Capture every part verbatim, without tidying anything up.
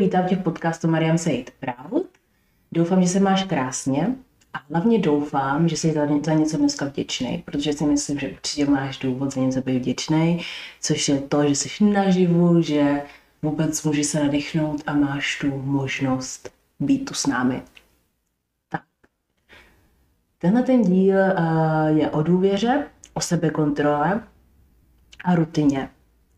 vítám tě v podcastu Mariam Said Proud. Doufám, že se máš krásně a hlavně doufám, že jsi za, za něco dneska vděčný, protože si myslím, že určitě máš důvod za něco být vděčný, což je to, že jsi naživu, že vůbec můžeš se nadechnout a máš tu možnost být tu s námi. Tak. Tenhle ten díl uh, je o důvěře, o sebekontrole a rutině.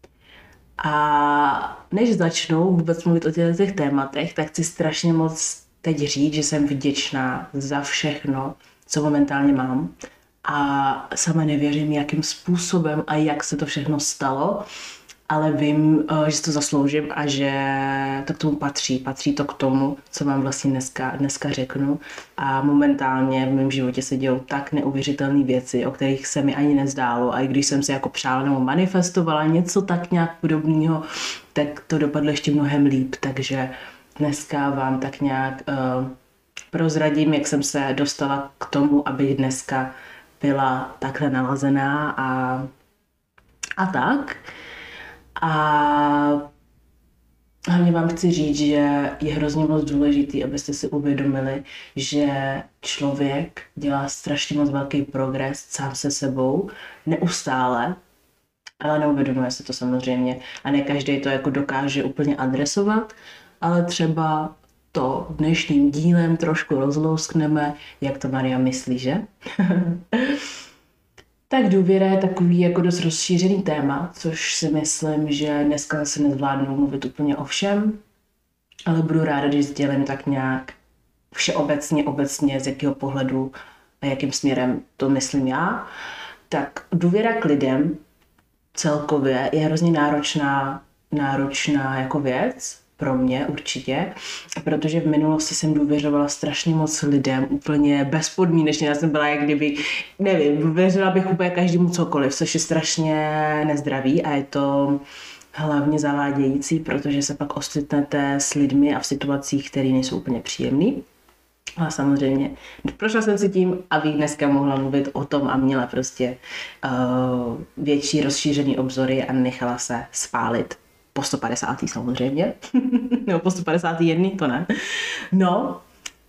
A než začnu vůbec mluvit o těchto těch tématech, tak chci strašně moc teď říct, že jsem vděčná za všechno, co momentálně mám. A sama nevěřím, jakým způsobem a jak se to všechno stalo, ale vím, že si to zasloužím a že to k tomu patří. Patří to k tomu, co vám vlastně dneska, dneska řeknu. A momentálně v mém životě se dějou tak neuvěřitelné věci, o kterých se mi ani nezdálo. A i když jsem si jako přála nebo manifestovala něco tak nějak podobného, tak to dopadlo ještě mnohem líp. Takže dneska vám tak nějak uh, prozradím, jak jsem se dostala k tomu, aby dneska byla takhle nalazená a, a tak. A hlavně vám chci říct, že je hrozně moc důležitý, abyste si uvědomili, že člověk dělá strašně moc velký progres sám se sebou, neustále, ale neuvědomuje se to samozřejmě. A ne každý to jako dokáže úplně adresovat, ale třeba to dnešním dílem trošku rozlouskneme, jak to Maria myslí, že? Tak důvěra je takový jako dost rozšířený téma, což si myslím, že dneska se nezvládnu mluvit úplně o všem, ale budu ráda, když sdělím tak nějak všeobecně, obecně, z jakého pohledu a jakým směrem to myslím já. Tak důvěra k lidem celkově je hrozně náročná, náročná jako věc, pro mě určitě, protože v minulosti jsem důvěřovala strašně moc lidem, úplně bezpodmínečně, já jsem byla jak kdyby, nevím, důvěřila bych úplně každému cokoliv, což je strašně nezdravý a je to hlavně zavádějící, protože se pak ocitnete s lidmi a v situacích, které nejsou úplně příjemný. A samozřejmě, prošla jsem si tím, aby dneska mohla mluvit o tom a měla prostě uh, větší rozšířený obzory a nechala se spálit. Po sto padesátý samozřejmě, nebo po sto padesátý jedný, to ne. No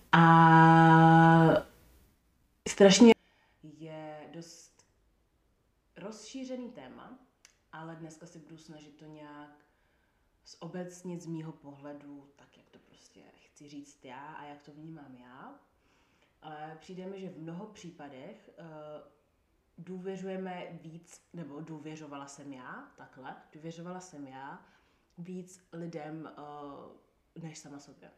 a strašně je dost rozšířený téma, ale dneska se budu snažit to nějak zobecnit z mýho pohledu, tak jak to prostě chci říct já a jak to vnímám já. Ale přijde mi, že v mnoho případech uh, důvěřujeme víc, nebo důvěřovala jsem já, takhle, důvěřovala jsem já víc lidem uh, než sama sobě.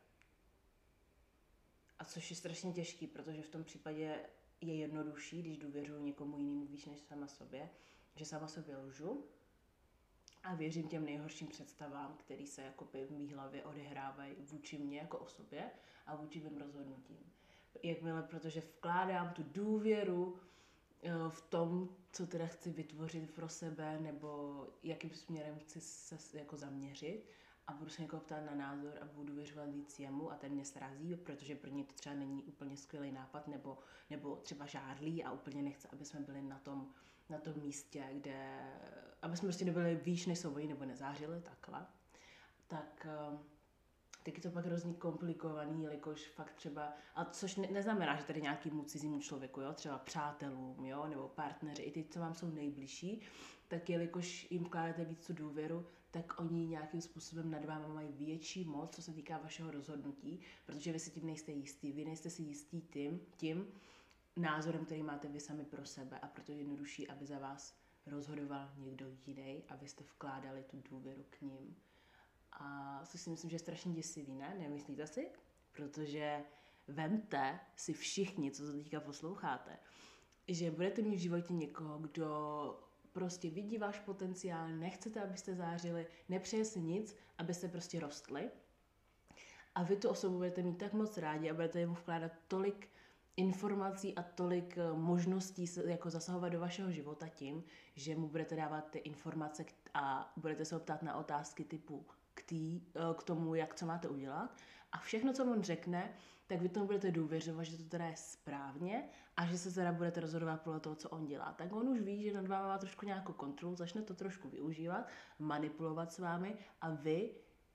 A což je strašně těžký, protože v tom případě je jednodušší, když důvěřuji někomu jinému víc než sama sobě, že sama sobě lžu a věřím těm nejhorším představám, které se jakoby v mý hlavě odehrávají vůči mně jako osobě a vůči mým rozhodnutím. Jakmile, protože vkládám tu důvěru v tom, co teda chci vytvořit pro sebe, nebo jakým směrem chci se jako zaměřit a budu se někoho ptát na názor a budu důvěřovat víc jemu a ten mě srazí, protože pro něj to třeba není úplně skvělý nápad, nebo, nebo třeba žárlí a úplně nechce, aby jsme byli na tom, na tom místě, kde, aby jsme prostě nebyli výš než jsou oni, nebo nezářili, takhle. Tak tak je to pak hrozně komplikovaný, jelikož fakt třeba, a což ne, neznamená, že tady nějakému cizímu člověku, jo, třeba přátelům, jo, nebo partneři, i ty, co vám jsou nejbližší, tak jelikož jim vkládáte víc tu důvěru, tak oni nějakým způsobem nad váma mají větší moc, co se týká vašeho rozhodnutí, protože vy si tím nejste jistý, vy nejste si jistý tím, tím názorem, který máte vy sami pro sebe a proto je jednodušší, aby za vás rozhodoval někdo jiný, abyste vkládali tu důvěru k ním. A což si myslím, že je strašně děsivý, ne? Nemyslíte si? Protože vemte si všichni, co se teďka posloucháte, že budete mít v životě někoho, kdo prostě vidí váš potenciál, nechcete, abyste zářili, nepřeje si nic, abyste prostě rostli. A vy tu osobu budete mít tak moc rádi a budete jemu vkládat tolik informací a tolik možností jako zasahovat do vašeho života tím, že mu budete dávat ty informace a budete se ho ptát na otázky typu k, tý, k tomu, jak co máte udělat. A všechno, co on řekne, tak vy tomu budete důvěřovat, že to teda je správně a že se teda budete rozhodovat podle toho, co on dělá. Tak on už ví, že nad váma má trošku nějakou kontrolu, začne to trošku využívat, manipulovat s vámi a vy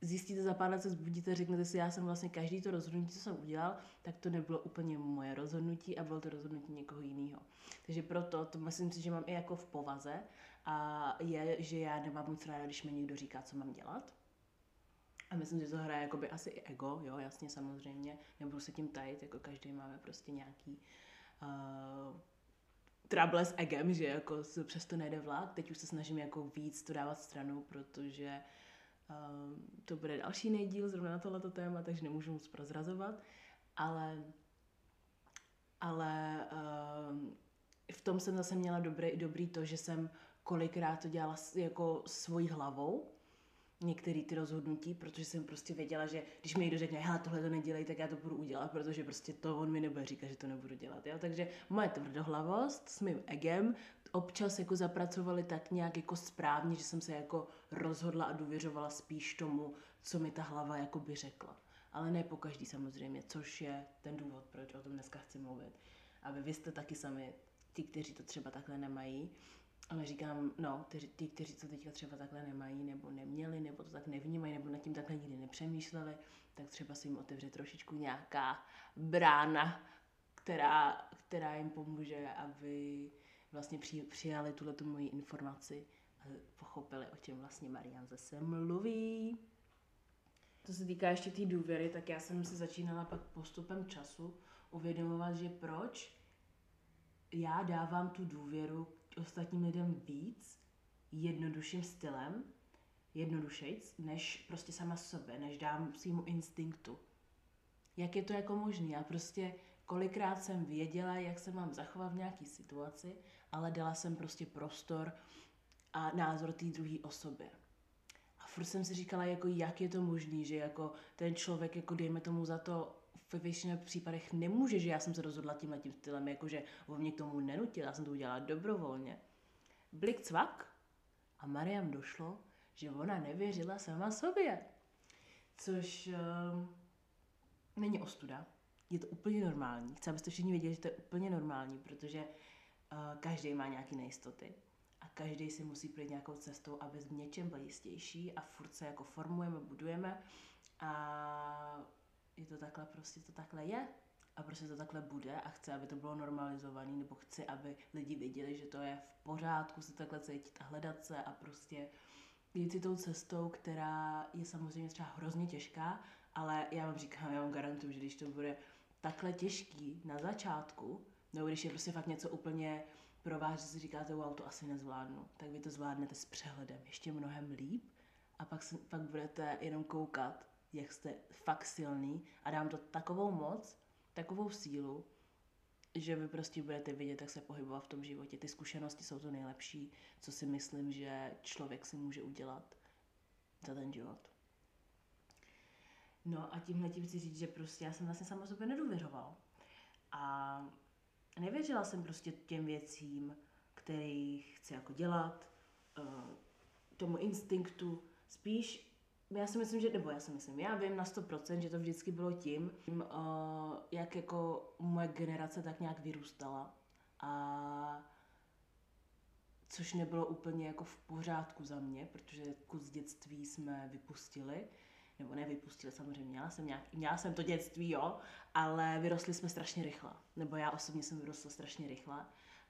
zjistíte za pár let se zbudíte, řeknete si, já jsem vlastně každý to rozhodnutí, co jsem udělal, tak to nebylo úplně moje rozhodnutí a bylo to rozhodnutí někoho jiného. Takže proto to myslím si, že mám i jako v povaze a je, že já nemám moc ráda, když mi někdo říká, co mám dělat. A myslím, že to hraje jakoby asi i ego, jo, jasně, samozřejmě, nebudu se tím tajit, jako každý máme prostě nějaký uh, trouble s egem, že jako se přesto nejde vlak. Teď už se snažím jako víc to dávat stranou, protože uh, to bude další nejdíl zrovna na tohleto téma, takže nemůžu moc prozrazovat, ale ale uh, v tom jsem zase měla dobrý, dobrý to, že jsem kolikrát to dělala jako svojí hlavou, některé ty rozhodnutí, protože jsem prostě věděla, že když mi někdo řekne, hele, tohle to nedělej, tak já to budu udělat, protože prostě to on mi nebude říkat, že to nebudu dělat. Jo? Takže moje tvrdohlavost s mým egem občas jako zapracovali tak nějak jako správně, že jsem se jako rozhodla a důvěřovala spíš tomu, co mi ta hlava jako by řekla. Ale ne po každý samozřejmě, což je ten důvod, proč o tom dneska chci mluvit. Aby vy jste taky sami ti, kteří to třeba takhle nemají. Ale říkám, no, ty, ty, kteří to teďka třeba takhle nemají, nebo neměli, nebo to tak nevnímají, nebo nad tím takhle nikdy nepřemýšleli, tak třeba si jim otevře trošičku nějaká brána, která, která jim pomůže, aby vlastně při, přijali tuhletu moji informaci a pochopili, o čem vlastně Marian zase mluví. Co se týká ještě té tý důvěry, tak já jsem si začínala pak postupem času uvědomovat, že proč já dávám tu důvěru ostatním lidem víc jednodušším stylem, jednodušejc, než prostě sama sobě, než dám svýmu instinktu. Jak je to jako možné? Já prostě kolikrát jsem věděla, jak se mám zachovat v nějaký situaci, ale dala jsem prostě prostor a názor té druhé osobě. A furt jsem si říkala, jako jak je to možné, že jako ten člověk, jako dejme tomu za to, ve většině případech nemůže, že já jsem se rozhodla tímhletím stylem, jakože on mě k tomu nenutil, já jsem to udělala dobrovolně. Blik cvak a Mariam došlo, že ona nevěřila sama sobě. Což uh, není ostuda, je to úplně normální. Chci, abyste všichni věděli, že to je úplně normální, protože uh, každý má nějaké nejistoty a každý si musí projít nějakou cestou, aby v něčem byl jistější a furt se jako formujeme, budujeme a je to takhle, prostě to takhle je a prostě to takhle bude a chci, aby to bylo normalizované, nebo chci, aby lidi věděli, že to je v pořádku se takhle cítit a hledat se a prostě jít si tou cestou, která je samozřejmě třeba hrozně těžká, ale já vám říkám, já vám garantuju, že když to bude takhle těžký na začátku, nebo když je prostě fakt něco úplně pro vás, že si říkáte, wow, to asi nezvládnu, tak vy to zvládnete s přehledem ještě mnohem líp a pak, se, pak budete jenom koukat, jak jste fakt silný a dám to takovou moc, takovou sílu, že vy prostě budete vidět, jak se pohybovat v tom životě. Ty zkušenosti jsou to nejlepší, co si myslím, že člověk si může udělat za ten život. No a tímhle tím chci říct, že prostě já jsem vlastně sama sobě nedůvěřoval. A nevěřila jsem prostě těm věcím, který chci jako dělat, tomu instinktu, spíš já si myslím, že, nebo já si myslím, já vím na sto procent, že to vždycky bylo tím, jak jako moje generace tak nějak vyrůstala a což nebylo úplně jako v pořádku za mě, protože kus dětství jsme vypustili, nebo nevypustili samozřejmě, měla jsem, nějak, měla jsem to dětství, jo, ale vyrostli jsme strašně rychle, nebo já osobně jsem vyrostla strašně rychle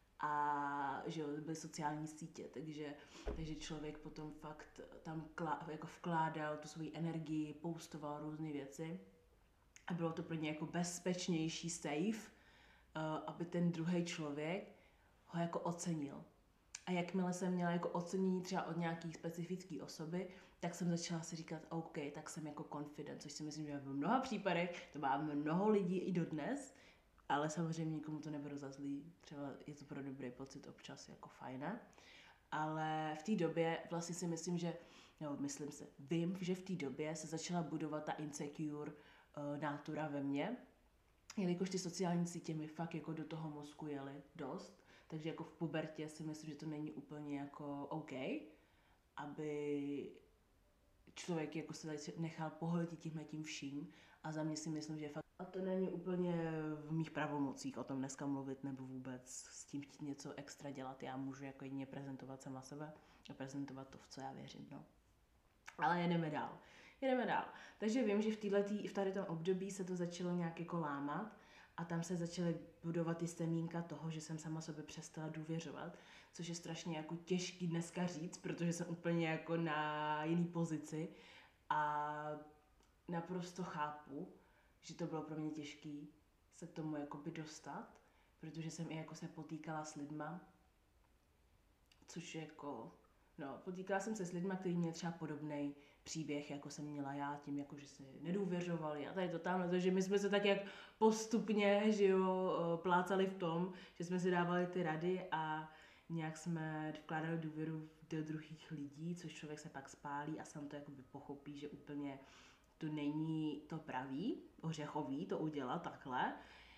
a že jo, byly sociální sítě, takže, takže člověk potom fakt tam klá, jako vkládal tu svoji energii, postoval různé věci a bylo to pro ně jako bezpečnější, safe, uh, aby ten druhý člověk ho jako ocenil. A jakmile jsem měla jako ocenění třeba od nějaký specifické osoby, tak jsem začala si říkat, OK, tak jsem jako confident, což si myslím, že v mnoha případech to má mnoho lidí i dodnes, ale samozřejmě nikomu to nebudu za zlý, třeba je to pro dobrý pocit občas jako fajné, ale v té době vlastně si myslím, že, nebo myslím se, vím, že v té době se začala budovat ta insecure uh, nátura ve mně, jelikož ty sociální sítě mi fakt jako do toho mozku jeli dost, takže jako v pubertě si myslím, že to není úplně jako OK, aby člověk jako se nechal pohltit tímhletím vším a za mě si myslím, že fakt a to není úplně v mých pravomocích o tom dneska mluvit nebo vůbec s tím chtít něco extra dělat. Já můžu jako jedině prezentovat sama sebe a prezentovat to, v co já věřím, no. Ale jedeme dál. Jedeme dál. Takže vím, že v, týhletý, v tady tom období se to začalo nějak jako lámat a tam se začaly budovat ty semínka toho, že jsem sama sobě přestala důvěřovat, což je strašně jako těžký dneska říct, protože jsem úplně jako na jiný pozici a naprosto chápu, že to bylo pro mě těžký se k tomu jakoby dostat, protože jsem i jako se potýkala s lidma, což je jako, no, potýkala jsem se s lidma, kteří měli třeba podobný příběh, jako jsem měla já, tím, jako, že si nedůvěřovali a tady to tamhle, takže my jsme se tak jak postupně, že jo, plácali v tom, že jsme si dávali ty rady a nějak jsme vkládali důvěru do druhých lidí, což člověk se pak spálí a sám to jakoby pochopí, že úplně to není to pravý, ořechový to udělat takhle,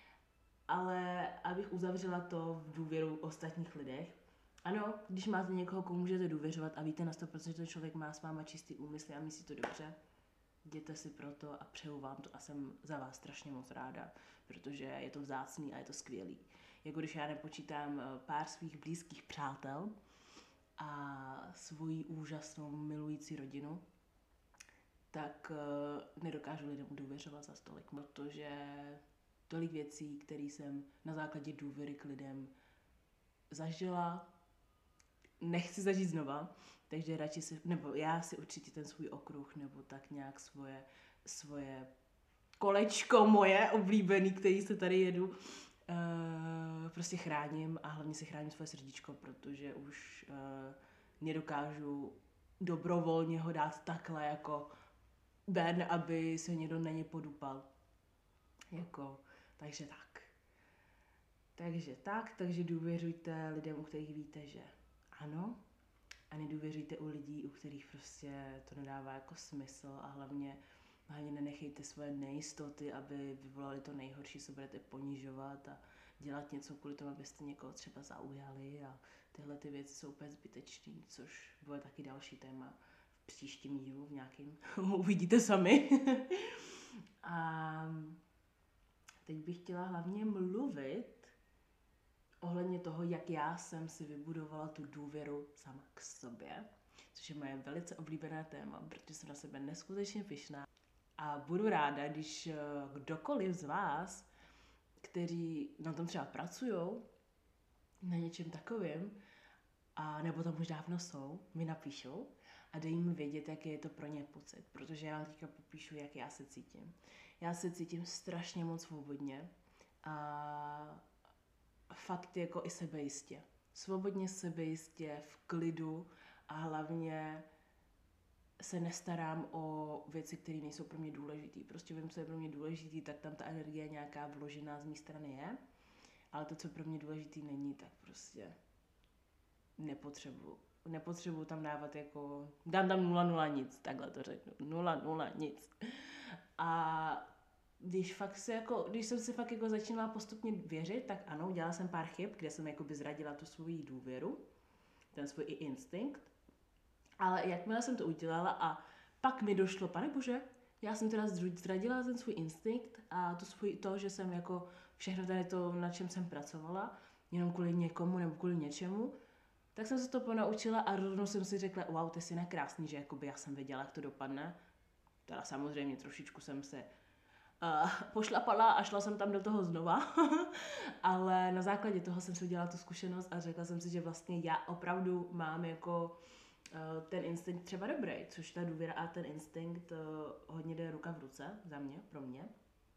ale abych uzavřela to v důvěru ostatních lidech. Ano, když máte někoho, komu můžete důvěřovat a víte na sto procent, že ten člověk má s váma čistý úmysly a myslí to dobře, jděte si pro to a přeju vám to a jsem za vás strašně moc ráda, protože je to vzácný a je to skvělý. Jako když já nepočítám pár svých blízkých přátel a svoji úžasnou milující rodinu, tak uh, nedokážu lidem důvěřovat za stolik, protože tolik věcí, které jsem na základě důvěry k lidem zažila, nechci zažít znova, takže radši si, nebo já si určitě ten svůj okruh, nebo tak nějak svoje, svoje kolečko moje oblíbený, který se tady jedu, uh, prostě chráním a hlavně si chráním svoje srdíčko, protože už uh, nedokážu dobrovolně ho dát takhle jako ven, aby se někdo na ně podupal. Jako, takže tak. Takže tak, takže důvěřujte lidem, u kterých víte, že ano, a nedůvěřujte u lidí, u kterých prostě to nedává jako smysl a hlavně, hlavně nenechejte svoje nejistoty, aby vyvolali to nejhorší, co budete ponižovat a dělat něco kvůli tomu, abyste někoho třeba zaujali a tyhle ty věci jsou úplně zbytečné, což bude taky další téma v příštím dílu v nějakým, uvidíte sami. A teď bych chtěla hlavně mluvit ohledně toho, jak já jsem si vybudovala tu důvěru sama k sobě, což je moje velice oblíbené téma, protože jsem na sebe neskutečně pyšná. A budu ráda, když kdokoliv z vás, kteří na tom třeba pracujou, na něčem takovým, a nebo tam už dávno jsou, mi napíšou a dej mi vědět, jaký je to pro ně pocit, protože já vám teďka popíšu, jak já se cítím. Já se cítím strašně moc svobodně a fakt jako i sebejistě. Svobodně, sebejistě, v klidu a hlavně se nestarám o věci, které nejsou pro mě důležité. Prostě vím, co je pro mě důležitý, tak tam ta energie nějaká vložená z mé strany je, ale to, co pro mě důležitý není, tak prostě nepotřebuju. Nepotřebuju tam dávat jako, dám tam nula nula nic, takhle to řeknu, nula nula nic. A když fakt se jako, když jsem si fakt jako začínala postupně věřit, tak ano, dělala jsem pár chyb, kde jsem jakoby zradila tu svoji důvěru, ten svůj i instinkt, ale jakmile jsem to udělala a pak mi došlo, pane bože, já jsem teda zradila ten svůj instinkt a to, svůj, to, že jsem jako všechno tady to, na čem jsem pracovala, jenom kvůli někomu nebo kvůli něčemu, tak jsem se to ponaučila a rovnou jsem si řekla, wow, to je si nekrásný, že jakoby já jsem věděla, jak to dopadne. Teda samozřejmě trošičku jsem se uh, pošlapala a šla jsem tam do toho znova, ale na základě toho jsem si udělala tu zkušenost a řekla jsem si, že vlastně já opravdu mám jako uh, ten instinkt třeba dobrý, což ta důvěra a ten instinkt uh, hodně jde ruka v ruce za mě, pro mě.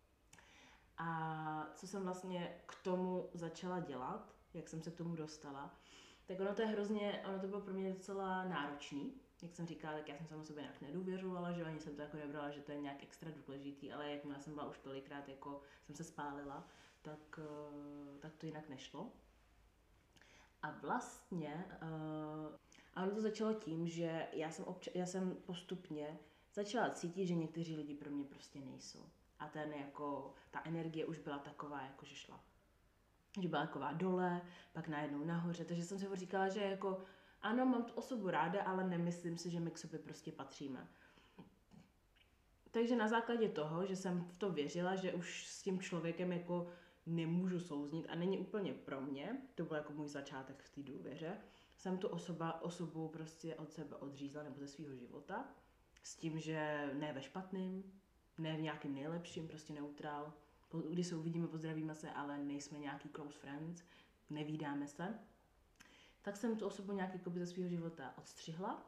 A co jsem vlastně k tomu začala dělat, jak jsem se k tomu dostala, tak ono to je hrozně, ono to bylo pro mě docela náročný. Jak jsem říkala, tak já jsem sama sobě nějak nedůvěřovala, že ani jsem to jako nebrala, že to je nějak extra důležitý, ale jakmile jsem byla už tolikrát, jako jsem se spálila, tak, tak to jinak nešlo. A vlastně, a ono to začalo tím, že já jsem, obča- já jsem postupně začala cítit, že někteří lidi pro mě prostě nejsou. A ten jako, ta energie už byla taková, jako že šla. Že byla taková dole, pak najednou nahoře, takže jsem si říkala, že jako ano, mám tu osobu ráda, ale nemyslím si, že my k sobě prostě patříme. Takže na základě toho, že jsem v to věřila, že už s tím člověkem jako nemůžu souznít a není úplně pro mě, to byl jako můj začátek v té důvěře, jsem tu osoba, osobu prostě od sebe odřízla nebo ze svého života s tím, že ne ve špatným, ne v nějakým nejlepším, prostě neutrál. Když se uvidíme, pozdravíme se, ale nejsme nějaký close friends, nevídáme se. Tak jsem tu osobu nějak ze svého života odstřihla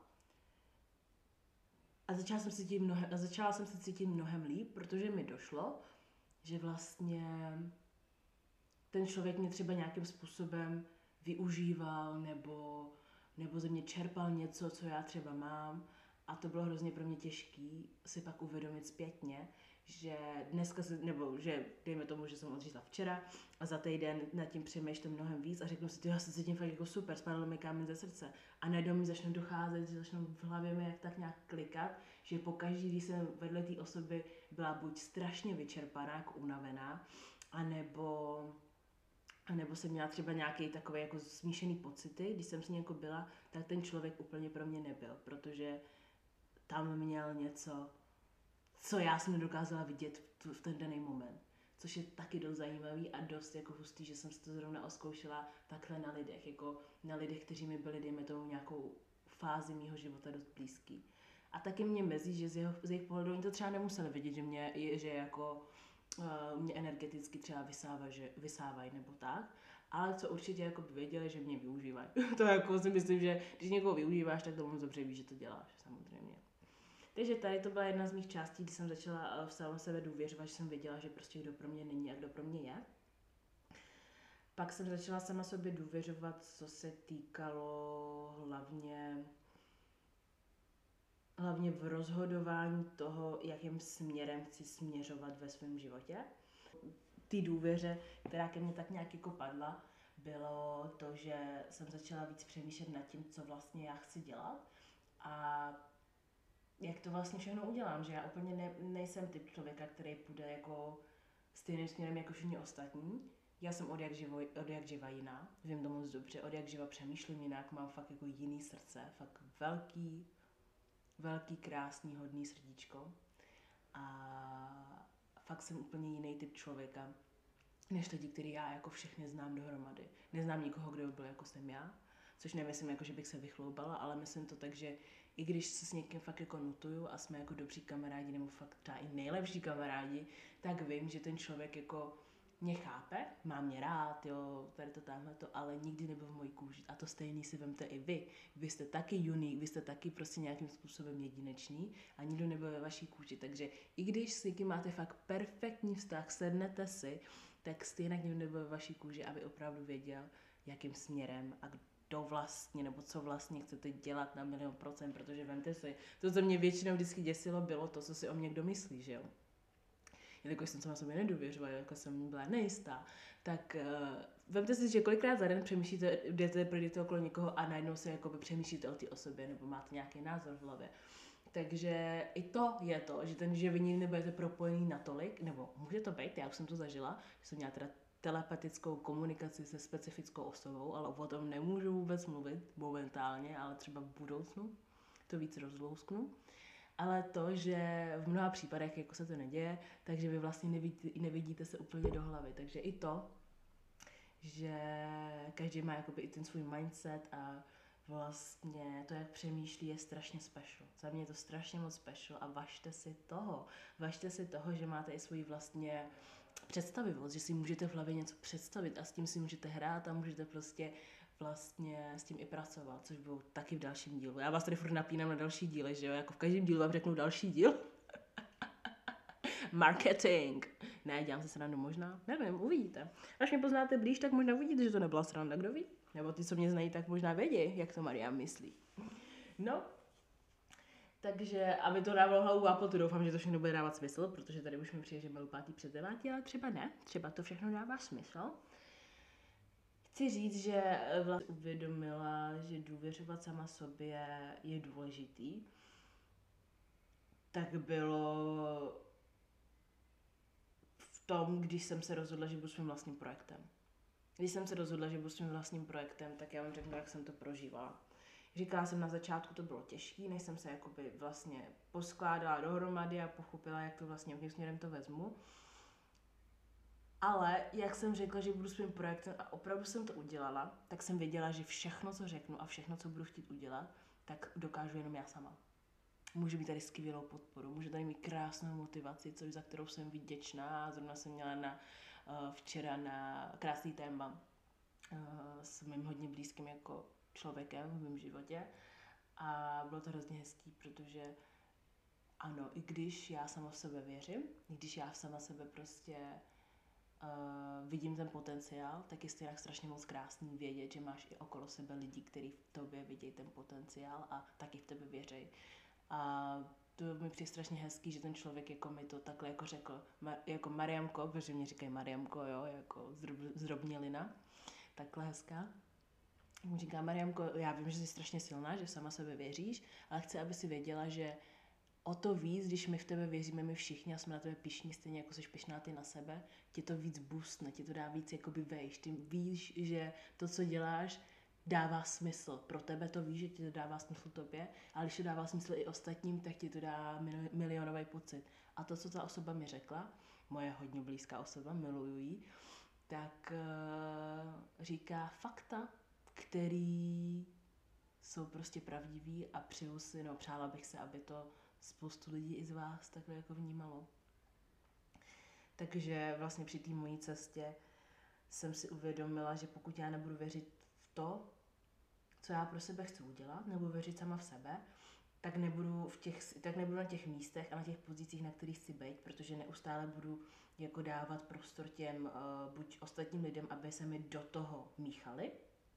a začala jsem, se cítit mnohem, a začala jsem se cítit mnohem líp, protože mi došlo, že vlastně ten člověk mě třeba nějakým způsobem využíval nebo, nebo ze mě čerpal něco, co já třeba mám. A to bylo hrozně pro mě těžký si pak uvědomit zpětně, že dneska se, nebo že dejme tomu, že jsem odřízla včera a za týden nad tím přemýšlím mnohem víc a řeknu si, já se cítím fakt jako super, spadl mi kámen ze srdce. A najednou mi začne docházet, že začnou v hlavě mi jak tak nějak klikat, že pokaždý, když jsem vedle té osoby byla buď strašně vyčerpaná, jako unavená, anebo, anebo jsem měla třeba nějaký takový jako smíšený pocity, když jsem s ní jako byla, tak ten člověk úplně pro mě nebyl, protože tam měl něco, co já jsem nedokázala vidět v, tu, v ten daný moment. Což je taky dost zajímavý a dost jako hustý, že jsem si to zrovna oskoušela takhle na lidech, jako na lidech, kteří mi byli, dejme tomu, nějakou fázi mýho života dost blízký. A taky mě mezí, že z, jeho, z jejich pohledu oni to třeba nemuseli vidět, že mě, že jako uh, mě energeticky třeba vysává, že, vysávají nebo tak, ale co určitě jako by věděli, že mě využívají. To jako si myslím, že když někoho využíváš, tak to moc dobře víš, že to děláš, samozřejmě. Takže tady to byla jedna z mých částí, kdy jsem začala v sama sebe důvěřovat, že jsem věděla, že prostě kdo pro mě není a kdo pro mě je. Pak jsem začala sama sobě důvěřovat, co se týkalo hlavně, hlavně v rozhodování toho, jakým směrem chci směřovat ve svém životě. Ty důvěře, která ke mně tak nějak jako padla, bylo to, že jsem začala víc přemýšlet nad tím, co vlastně já chci dělat a jak to vlastně všechno udělám, že já úplně ne, nejsem typ člověka, který půjde jako stejným směrem jako všichni ostatní. Já jsem od jak, živo, od jak živa jiná, vím to moc dobře, od jak živa přemýšlím jinak, mám fakt jako jiný srdce, fakt velký, velký, krásný, hodný srdíčko a fakt jsem úplně jiný typ člověka, než lidi, který já jako všechny znám dohromady. Neznám nikoho, kdo by byl jako jsem já, což nemyslím, jako, že bych se vychloubala, ale myslím to tak, že i když se s někým fakt jako nutuju a jsme jako dobří kamarádi, nebo fakt třeba i nejlepší kamarádi, tak vím, že ten člověk jako mě chápe, má mě rád, jo, tady to, tamhle to, ale nikdy nebyl v mojí kůži. A to stejný si vemte i vy. Vy jste taky unique, vy jste taky prostě nějakým způsobem jedinečný a nikdo nebyl ve vaší kůži. Takže i když s někým máte fakt perfektní vztah, sednete si, tak stejně nikdo nebyl ve vaší kůži, aby opravdu věděl, jakým směrem a kdo vlastně, nebo co vlastně chcete dělat na milion procent, protože vemte si, to, co mě většinou vždycky děsilo, bylo to, co si o mě kdo myslí, že jo. Jelikož jsem sama sobě nedůvěřovala, jako jsem byla nejistá, tak uh, vemte si, že kolikrát za den přemýšlíte, jdete, projdete okolo někoho a najednou se jakoby přemýšlíte o té osobě, nebo máte nějaký názor v hlavě. Takže i to je to, že ten, že vy nikdy nebudete propojený natolik, nebo může to být, já už jsem to zažila, že jsem měla teda telepatickou komunikaci se specifickou osobou, ale o tom nemůžu vůbec mluvit momentálně, ale třeba v budoucnu to víc rozlousknu. Ale to, že v mnoha případech jako se to neděje, takže vy vlastně nevidíte, nevidíte se úplně do hlavy. Takže i to, že každý má jakoby i ten svůj mindset a vlastně to, jak přemýšlí, je strašně special. Za mě je to strašně moc special a važte si toho. Važte si toho, že máte i svůj vlastně představivost, že si můžete v hlavě něco představit a s tím si můžete hrát a můžete prostě vlastně s tím i pracovat, což bylo taky v dalším dílu. Já vás tady furt napínám na další díly, že jo? Jako v každém dílu vám řeknu další díl. Marketing. Ne, dělám se srandu možná. Nevím, uvidíte. Až mě poznáte blíž, tak možná uvidíte, že to nebyla sranda, kdo ví? Nebo ty, co mě znají, tak možná vědí, jak to Maria myslí. No, takže, aby to dávalo hlavu a potu, doufám, že to všechno bude dávat smysl, protože tady už mi přijde, že byl pátý před devátý, ale třeba ne, třeba to všechno dává smysl. Chci říct, že vlastně uvědomila, že důvěřovat sama sobě je důležitý, tak bylo v tom, když jsem se rozhodla, že budu svým vlastním projektem. Když jsem se rozhodla, že budu svým vlastním projektem, tak já vám řeknu, jak jsem to prožívala. Říkala jsem, na začátku to bylo těžké, než jsem se jakoby vlastně poskládala dohromady a pochopila, jak to vlastně, jakým směrem to vezmu. Ale jak jsem řekla, že budu svým projektem a opravdu jsem to udělala, tak jsem věděla, že všechno, co řeknu a všechno, co budu chtít udělat, tak dokážu jenom já sama. může mít tady skvělou podporu, může tady mít krásnou motivaci, což za kterou jsem vděčná. Zrovna jsem měla na, uh, včera na krásný téma uh, s mým hodně blízkým jako člověkem v mém životě a bylo to hrozně hezký, protože ano, i když já sama v sebe věřím, i když já sama v sebe prostě uh, vidím ten potenciál, tak je stejně strašně moc krásný vědět, že máš i okolo sebe lidi, kteří v tobě vidějí ten potenciál a taky v tebe věří. A to mi přijde strašně hezký, že ten člověk jako mi to takhle jako řekl, ma, jako Mariamko, protože mě říkají Mariamko, jo, jako zdrob, zdrobnělina, takhle hezká. Mu říká, Mariamko, já vím, že jsi strašně silná, že sama sebe věříš, ale chci, aby si věděla, že o to víc, když my v tebe věříme my všichni a jsme na tebe pyšní, stejně jako jsi pyšná ty na sebe, ti to víc boostne, ti to dá víc jakoby vejš. Ty víš, že to, co děláš, dává smysl. Pro tebe to víš, že ti to dává smysl tobě, ale když to dává smysl i ostatním, tak ti to dá milionový pocit. A to, co ta osoba mi řekla, moje hodně blízká osoba, miluju jí, tak uh, říká fakta, který jsou prostě pravdivý a přeju si, no přála bych se, aby to spoustu lidí i z vás takhle jako vnímalo. Takže vlastně při té mojí cestě jsem si uvědomila, že pokud já nebudu věřit v to, co já pro sebe chci udělat, nebo věřit sama v sebe, tak nebudu, v těch, tak nebudu na těch místech a na těch pozicích, na kterých chci být, protože neustále budu jako dávat prostor těm uh, buď ostatním lidem, aby se mi do toho míchali,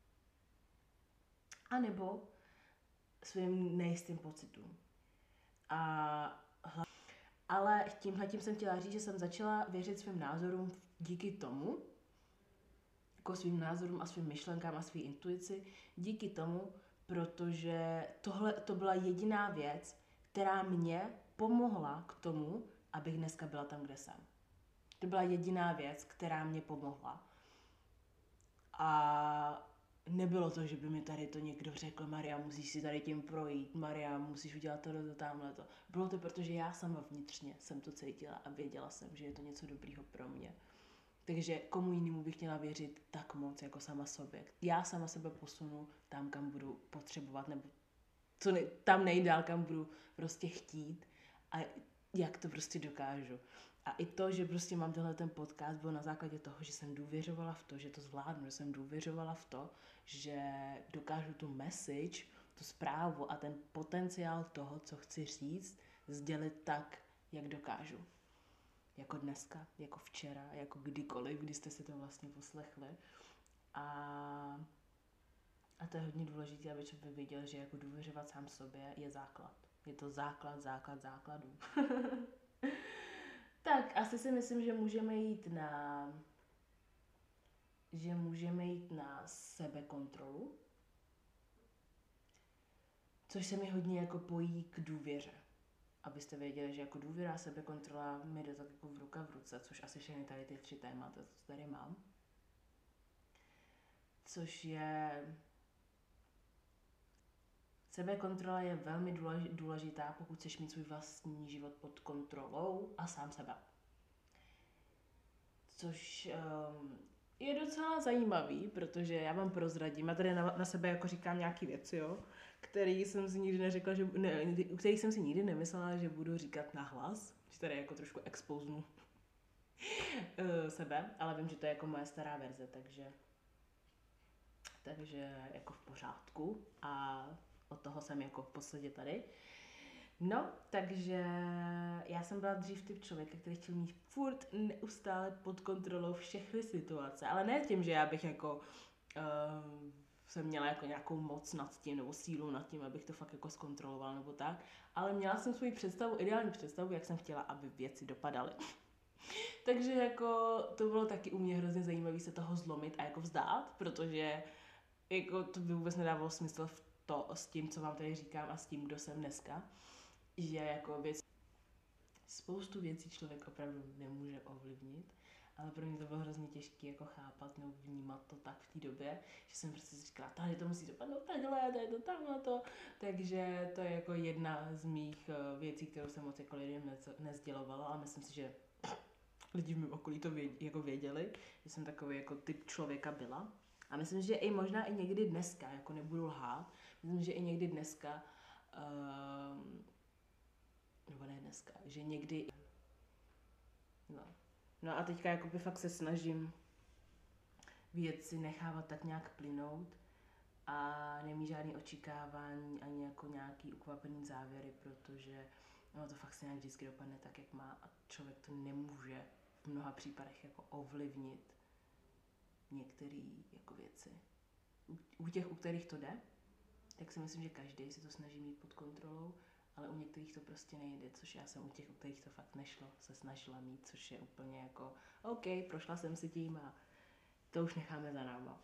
anebo svým nejistým pocitům. A, ale tímhletím jsem chtěla říct, že jsem začala věřit svým názorům díky tomu, jako svým názorům a svým myšlenkám a svý intuici, díky tomu, protože tohle to byla jediná věc, která mě pomohla k tomu, abych dneska byla tam, kde jsem. To byla jediná věc, která mě pomohla. A nebylo to, že by mi tady to někdo řekl, Maria, musíš si tady tím projít, Maria, musíš udělat tohle, tamhle to. Bylo to, protože já sama vnitřně jsem to cítila a věděla jsem, že je to něco dobrýho pro mě. Takže komu jinému bych chtěla věřit tak moc, jako sama sobě. Já sama sebe posunu tam, kam budu potřebovat, nebo co ne, tam nejdál, kam budu prostě chtít a jak to prostě dokážu. A i to, že prostě mám tenhle ten podcast, bylo na základě toho, že jsem důvěřovala v to, že to zvládnu, že jsem důvěřovala v to, že dokážu tu message, tu zprávu a ten potenciál toho, co chci říct, sdělit tak, jak dokážu. Jako dneska, jako včera, jako kdykoliv, kdy jste si to vlastně poslechli. A, a to je hodně důležité, aby člověk věděl, že jako důvěřovat sám sobě je základ. Je to základ, základ, základů. Tak, asi si myslím, že můžeme jít na že můžeme jít na sebekontrolu, což se mi hodně jako pojí k důvěře. Abyste věděli, že jako důvěra a sebekontrola mi jde tak jako v ruka v ruce, což asi všechny tady ty tři témata, co tady mám. Což je... Sebekontrola je velmi důležitá, pokud chceš mít svůj vlastní život pod kontrolou a sám sebe. Což um, je docela zajímavý, protože já vám prozradím, já tady na, na sebe jako říkám nějaký věci, jo, který jsem si nikdy neřekla, že, ne, který jsem si nikdy nemyslela, že budu říkat nahlas, že tady jako trošku exposnu sebe, ale vím, že to je jako moje stará verze, takže takže jako v pořádku a od toho jsem jako v podstatě tady. No, takže já jsem byla dřív typ člověka, který chtěl mít furt neustále pod kontrolou všechny situace, ale ne tím, že já bych jako uh, jsem měla jako nějakou moc nad tím nebo sílu nad tím, abych to fakt jako zkontrolovala nebo tak, ale měla jsem svou představu, ideální představu, jak jsem chtěla, aby věci dopadaly. Takže jako to bylo taky u mě hrozně zajímavé se toho zlomit a jako vzdát, protože jako to by vůbec nedávalo smysl v to s tím, co vám tady říkám a s tím, kdo jsem dneska, že jako věc, spoustu věcí člověk opravdu nemůže ovlivnit, ale pro mě to bylo hrozně těžké jako chápat nebo vnímat to tak v té době, že jsem prostě si říkala, tady to musí dopadnout takhle, tady to tamhle to, takže to je jako jedna z mých věcí, kterou jsem moc jako lidem nezdělovala, ale myslím si, že lidi v mém okolí to věděli, jako věděli, že jsem takový jako typ člověka byla. A myslím, že i možná i někdy dneska, jako nebudu lhát, myslím, že i někdy dneska uh, nebo ne dneska, že někdy, no. No a teďka jakoby fakt se snažím věci nechávat tak nějak plynout a nemí žádný očekávání ani jako nějaký ukvapený závěry, protože no to fakt se nějak vždycky dopadne tak, jak má a člověk to nemůže v mnoha případech jako ovlivnit některé jako věci. U, u těch, u kterých to jde, tak si myslím, že každý si to snaží mít pod kontrolou, ale u některých to prostě nejde, což já jsem u těch, u kterých to fakt nešlo, se snažila mít, což je úplně jako OK, prošla jsem si tím a to už necháme za náma.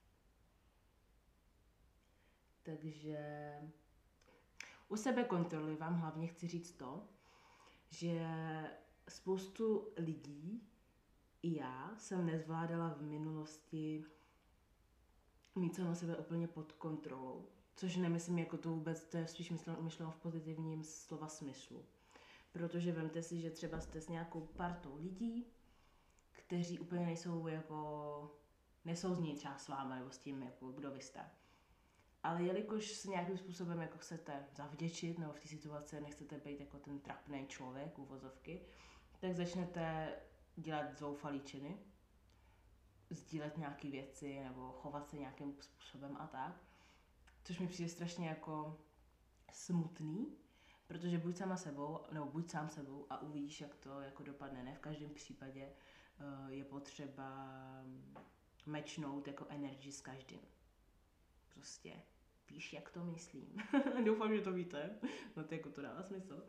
Takže u sebe kontroly vám hlavně chci říct to, že spoustu lidí i já jsem nezvládala v minulosti mít sama sebe úplně pod kontrolou. Což nemyslím jako to vůbec, to je spíš myšleno v pozitivním slova smyslu. Protože vemte si, že třeba jste s nějakou partou lidí, kteří úplně nejsou jako, nesouzní třeba s vámi nebo s tím, jako kdo vy jste. Ale jelikož se nějakým způsobem jako chcete zavděčit nebo v té situaci nechcete být jako ten trapný člověk, uvozovky, tak začnete dělat zoufalý činy, sdílet nějaké věci nebo chovat se nějakým způsobem a tak. Což mi přijde strašně jako smutný, protože buď sama sebou, nebo buď sám sebou a uvidíš, jak to jako dopadne. Ne v každém případě uh, je potřeba mečnout jako energii s každým. Prostě víš, jak to myslím. Doufám, že to víte. No to jako to dává smysl.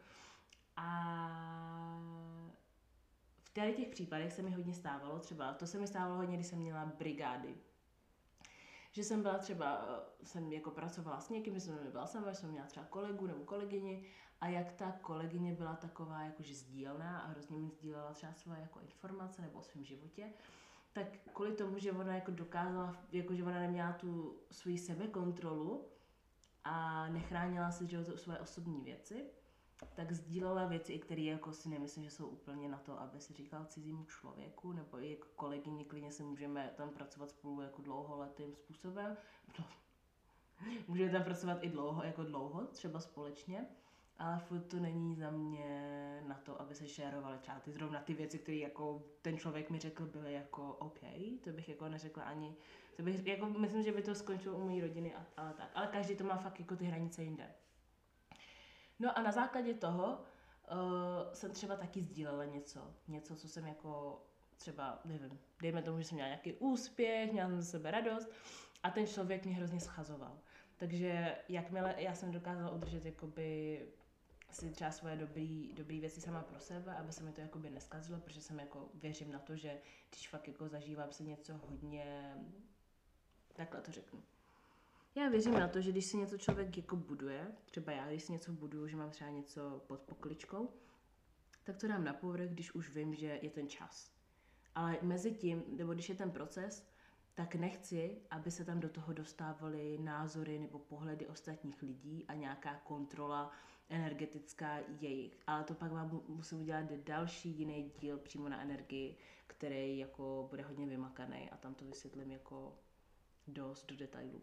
A v tady těch případech se mi hodně stávalo, třeba to se mi stávalo hodně, když jsem měla brigády. Že jsem byla třeba, jsem jako pracovala s někým, že jsem nebyla sama, že jsem měla třeba kolegu nebo kolegyni a jak ta kolegyně byla taková jakože sdílná a hrozně mi sdílela třeba svoje jako informace nebo o svém životě, tak kvůli tomu, že ona jako dokázala, jako že ona neměla tu svoji sebekontrolu a nechránila si že svoje osobní věci, tak sdílela věci, které jako si nemyslím, že jsou úplně na to, aby si říkal cizímu člověku, nebo i jako kolegyni, klidně se můžeme tam pracovat spolu jako dlouholetým způsobem. No. Můžeme tam pracovat i dlouho, jako dlouho, třeba společně, ale furt to není za mě na to, aby se šerovaly třeba ty zrovna ty věci, které jako ten člověk mi řekl, byly jako OK, to bych jako neřekla ani, to bych, jako myslím, že by to skončilo u mojí rodiny a, a tak, ale každý to má fakt jako ty hranice jinde. No a na základě toho uh, jsem třeba taky sdílela něco. Něco, co jsem jako třeba, nevím, dejme tomu, že jsem měla nějaký úspěch, měla jsem ze sebe radost a ten člověk mě hrozně schazoval. Takže jakmile já jsem dokázala udržet jakoby si třeba svoje dobrý, dobrý věci sama pro sebe, aby se mi to jakoby neskazilo, protože jsem jako věřím na to, že když fakt jako zažívám se něco hodně, takhle to řeknu. Já věřím na to, že když si něco člověk jako buduje, třeba já, když si něco buduju, že mám třeba něco pod pokličkou, tak to dám na povrch, když už vím, že je ten čas. Ale mezi tím, nebo když je ten proces, tak nechci, aby se tam do toho dostávaly názory nebo pohledy ostatních lidí a nějaká kontrola energetická jejich. Ale to pak vám musím udělat další jiný díl přímo na energii, který jako bude hodně vymakaný a tam to vysvětlím jako dost do detailů.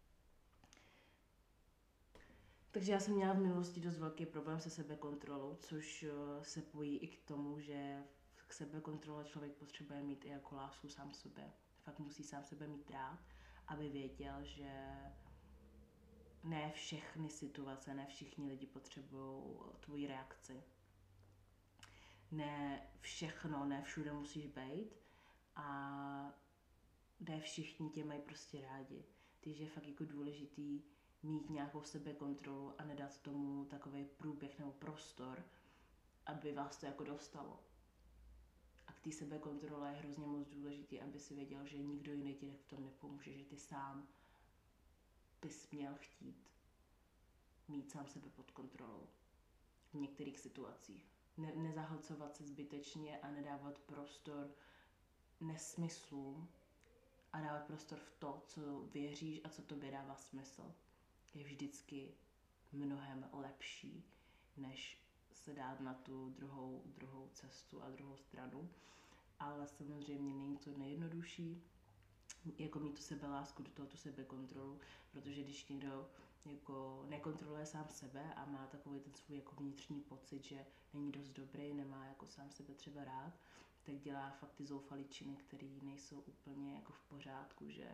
Takže já jsem měla v minulosti dost velký problém se sebekontrolou, což se pojí i k tomu, že k sebekontrole člověk potřebuje mít i jako lásku sám sobě. Fakt musí sám sebe mít rád, aby věděl, že ne všechny situace, ne všichni lidi potřebují tvoji reakci. Ne všechno, ne všude musíš být a ne všichni tě mají prostě rádi. Takže je fakt jako důležitý mít nějakou sebekontrolu a nedat tomu takový průběh nebo prostor, aby vás to jako dostalo. A k té sebekontrole je hrozně moc důležitý, aby si věděl, že nikdo jiný ti v tom nepomůže, že ty sám bys měl chtít mít sám sebe pod kontrolou v některých situacích. Ne- nezahlcovat se zbytečně a nedávat prostor nesmyslům a dávat prostor v to, co věříš a co tobě dává smysl. Je vždycky mnohem lepší, než se dát na tu druhou, druhou cestu a druhou stranu. Ale samozřejmě není to nejjednodušší, jako mít tu sebelásku, do toho tu sebekontrolu, protože když někdo jako nekontroluje sám sebe a má takový ten svůj jako vnitřní pocit, že není dost dobrý, nemá jako sám sebe třeba rád, tak dělá fakt ty zoufaličiny, které nejsou úplně jako v pořádku, že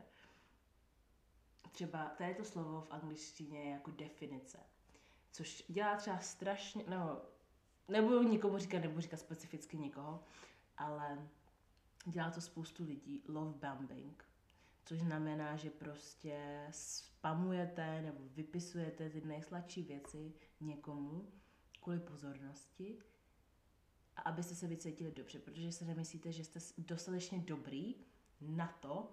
třeba tady to slovo v angličtině je jako definice, což dělá třeba strašně, nebo nebudu nikomu říkat, nebudu říkat specificky nikoho, ale dělá to spoustu lidí, love bombing, což znamená, že prostě spamujete nebo vypisujete ty nejsladší věci někomu kvůli pozornosti a abyste se vycítili dobře, protože si nemyslíte, že jste dostatečně dobrý na to,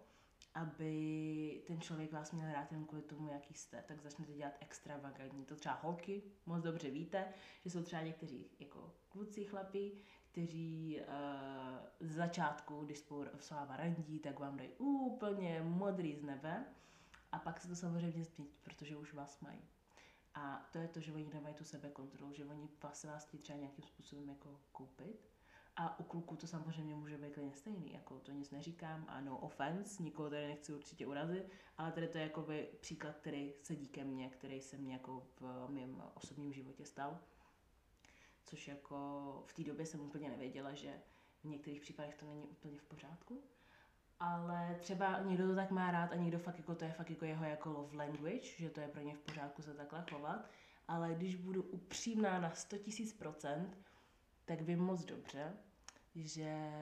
aby ten člověk vás měl rád jen kvůli tomu, jaký jste, tak začnete dělat extravagantní. To třeba holky moc dobře víte, že jsou třeba někteří jako kluci, chlapi, kteří uh, z začátku, když spolu s váma randí, tak vám dají úplně modrý z nebe a pak se to samozřejmě změní, protože už vás mají. A to je to, že oni nemají tu sebekontrolu, že oni vás vás chtějí třeba nějakým způsobem jako koupit. A u kluků to samozřejmě může být klidně stejný, jako to nic neříkám a no offense, nikoho tady nechci určitě urazit, ale tady to je jako příklad, který sedí ke mně, který se mně jako v mém osobním životě stal. Což jako v té době jsem úplně nevěděla, že v některých případech to není úplně v pořádku. Ale třeba někdo to tak má rád a někdo fakt jako to je fakt jako jeho jako love language, že to je pro ně v pořádku se takhle chovat. Ale když budu upřímná na sto tisíc procent, tak vím moc dobře, že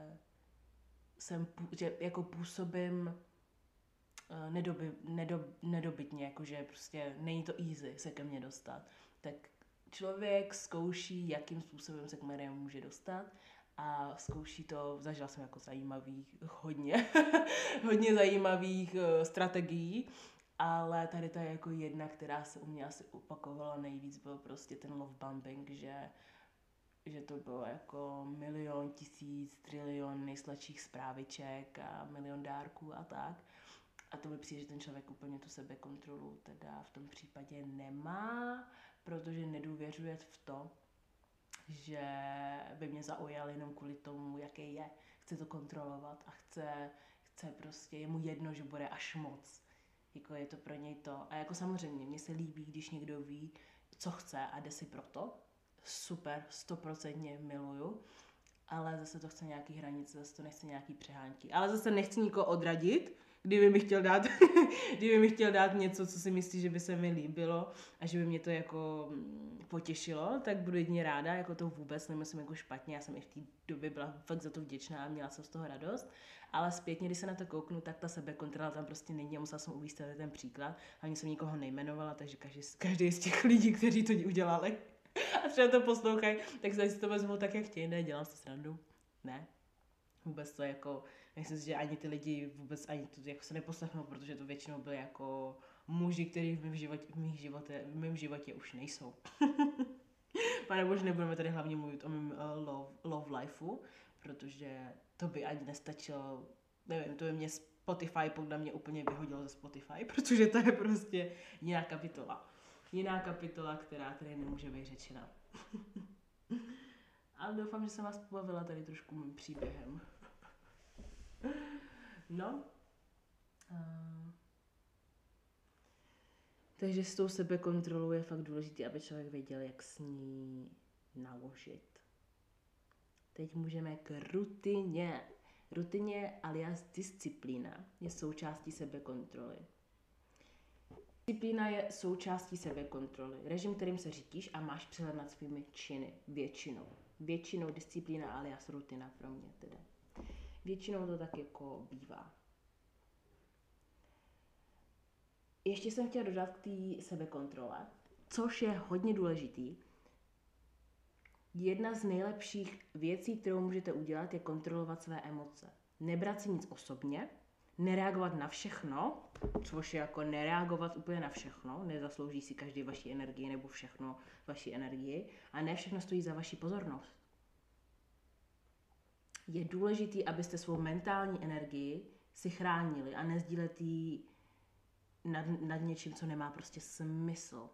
jsem, že jako působím nedoby, nedob, nedobytně, jakože prostě není to easy se ke mně dostat. Tak člověk zkouší, jakým způsobem se k mě může dostat a zkouší to, zažila jsem jako zajímavých, hodně, hodně zajímavých uh, strategií, ale tady to je jako jedna, která se u mě asi opakovala nejvíc, byl prostě ten love bombing, že že to bylo jako milion, tisíc, trilion nejsladších zpráviček a milion dárků a tak. A to mi přijde, že ten člověk úplně tu sebekontrolu teda v tom případě nemá, protože nedůvěřuje v to, že by mě zaujal jenom kvůli tomu, jaký je. Chce to kontrolovat a chce, chce prostě, je mu jedno, že bude až moc. Jako je to pro něj to. A jako samozřejmě, mně se líbí, když někdo ví, co chce a jde si pro to. Super, stoprocentně miluju, ale zase to chce nějaký hranice, zase to nechce nějaký přehánky. Ale zase nechci nikoho odradit, kdyby mi chtěl dát, kdyby mi chtěl dát něco, co si myslí, že by se mi líbilo a že by mě to jako potěšilo, tak budu jedině ráda, jako to vůbec nemyslím jako špatně, já jsem i v té době byla fakt za to vděčná a měla jsem z toho radost, ale zpětně, když se na to kouknu, tak ta sebekontrola tam prostě není a musela jsem uvést ten příklad, ani jsem nikoho nejmenovala, takže každý, každý z těch lidí, kteří to udělali, a třeba to poslouchají, tak se si to vezmu tak, jak chtějí, ne, dělám si srandu, ne, vůbec to jako, myslím si, že ani ty lidi vůbec ani to jako se neposlechnou, protože to většinou byly jako muži, kteří v mém životě, v mých životě, v mém životě už nejsou. Pane bože, nebudeme tady hlavně mluvit o mém uh, love, love lifeu, protože to by ani nestačilo, nevím, to by mě Spotify podle mě úplně vyhodilo ze Spotify, protože to je prostě jiná kapitola. Jiná kapitola, která tady nemůže být řečena. Ale doufám, že jsem vás pobavila tady trošku mým příběhem. No. Uh, takže s tou sebekontrolou je fakt důležité, aby člověk věděl, jak s ní naložit. Teď můžeme k rutině. Rutině alias disciplína je součástí sebekontroly. Disciplína je součástí sebekontroly. Režim, kterým se řídíš a máš přehled nad svými činy. Většinou. Většinou disciplína alias rutina pro mě teda. Většinou to tak jako bývá. Ještě jsem chtěla dodat k té sebekontrole, což je hodně důležitý. Jedna z nejlepších věcí, kterou můžete udělat, je kontrolovat své emoce. Nebrat si nic osobně, nereagovat na všechno, což je jako nereagovat úplně na všechno, nezaslouží si každý vaši energii nebo všechno vaši energii a ne všechno stojí za vaši pozornost. Je důležité, abyste svou mentální energii si chránili a nezdílet ji nad, nad něčím, co nemá prostě smysl.